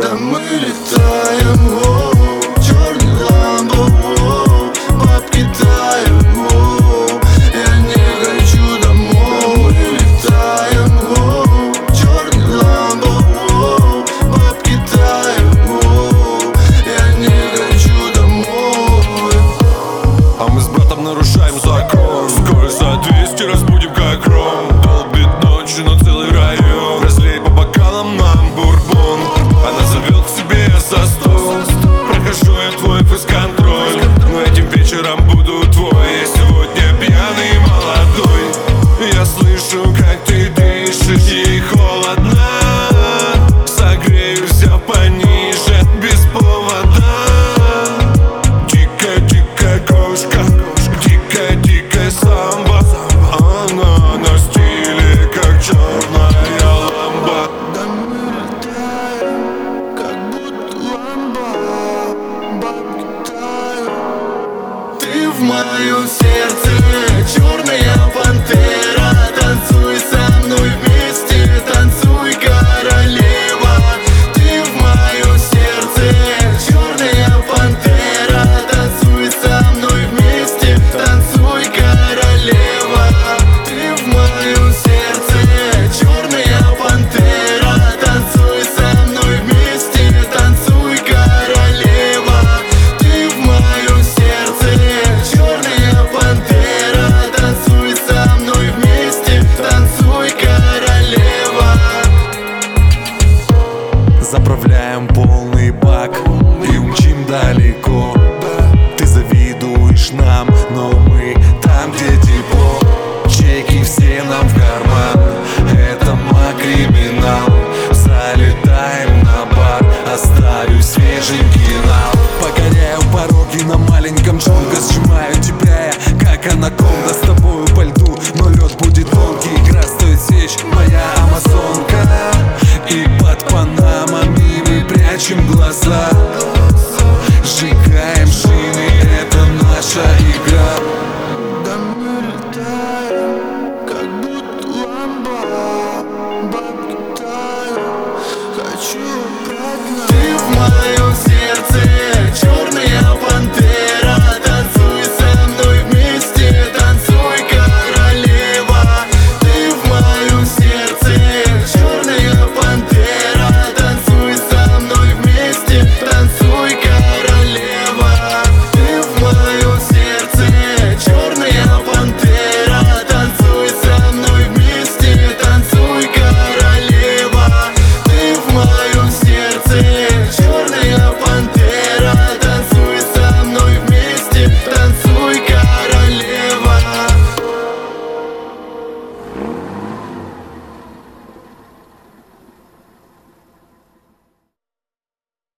Да мы летаем, черный ламбо, бабки тают, я не хочу домой. Мы летаем, черный ламбо, бабки тают, я не хочу домой. А мы с братом нарушаем закон. Скорость за 200 разбудим как ром. Долбит ночью на целый район. Разлей по бокалам нам бурбон. Она зовет к себе за стол. Прохожу я твой фейс-контроль, но этим вечером буду твой. Я сегодня пьяный и молодой. Я слышу, как ты дышишь, ей холодно. Согреюсь, взяв пониже, без повода. Дикая кошка, дикая самба. Она на стиле, как черная ламба. Да мы летаем, как будто ламба, бабки тают. Ты в моем сердце, черная пантера. Танцуй со мной вместе, танцуй, королева. Ты в моем сердце, черная пантера. Танцуй со мной вместе, танцуй, королева. Ты в моем сердце, черная пантера. Танцуй со мной вместе, танцуй, королева. Ты в моем сердце, черная пантера. Танцуй со мной вместе, танцуй, королева. Заправляем полный бак и умчим далеко. Ты завидуешь нам, но мы там, где тепло. Чеки все нам в карман, это криминал. Залетаем на бар, оставив свеженький нал. Покоряю пороги на маленьком джунга, сжимаю тебя я, как анаконда.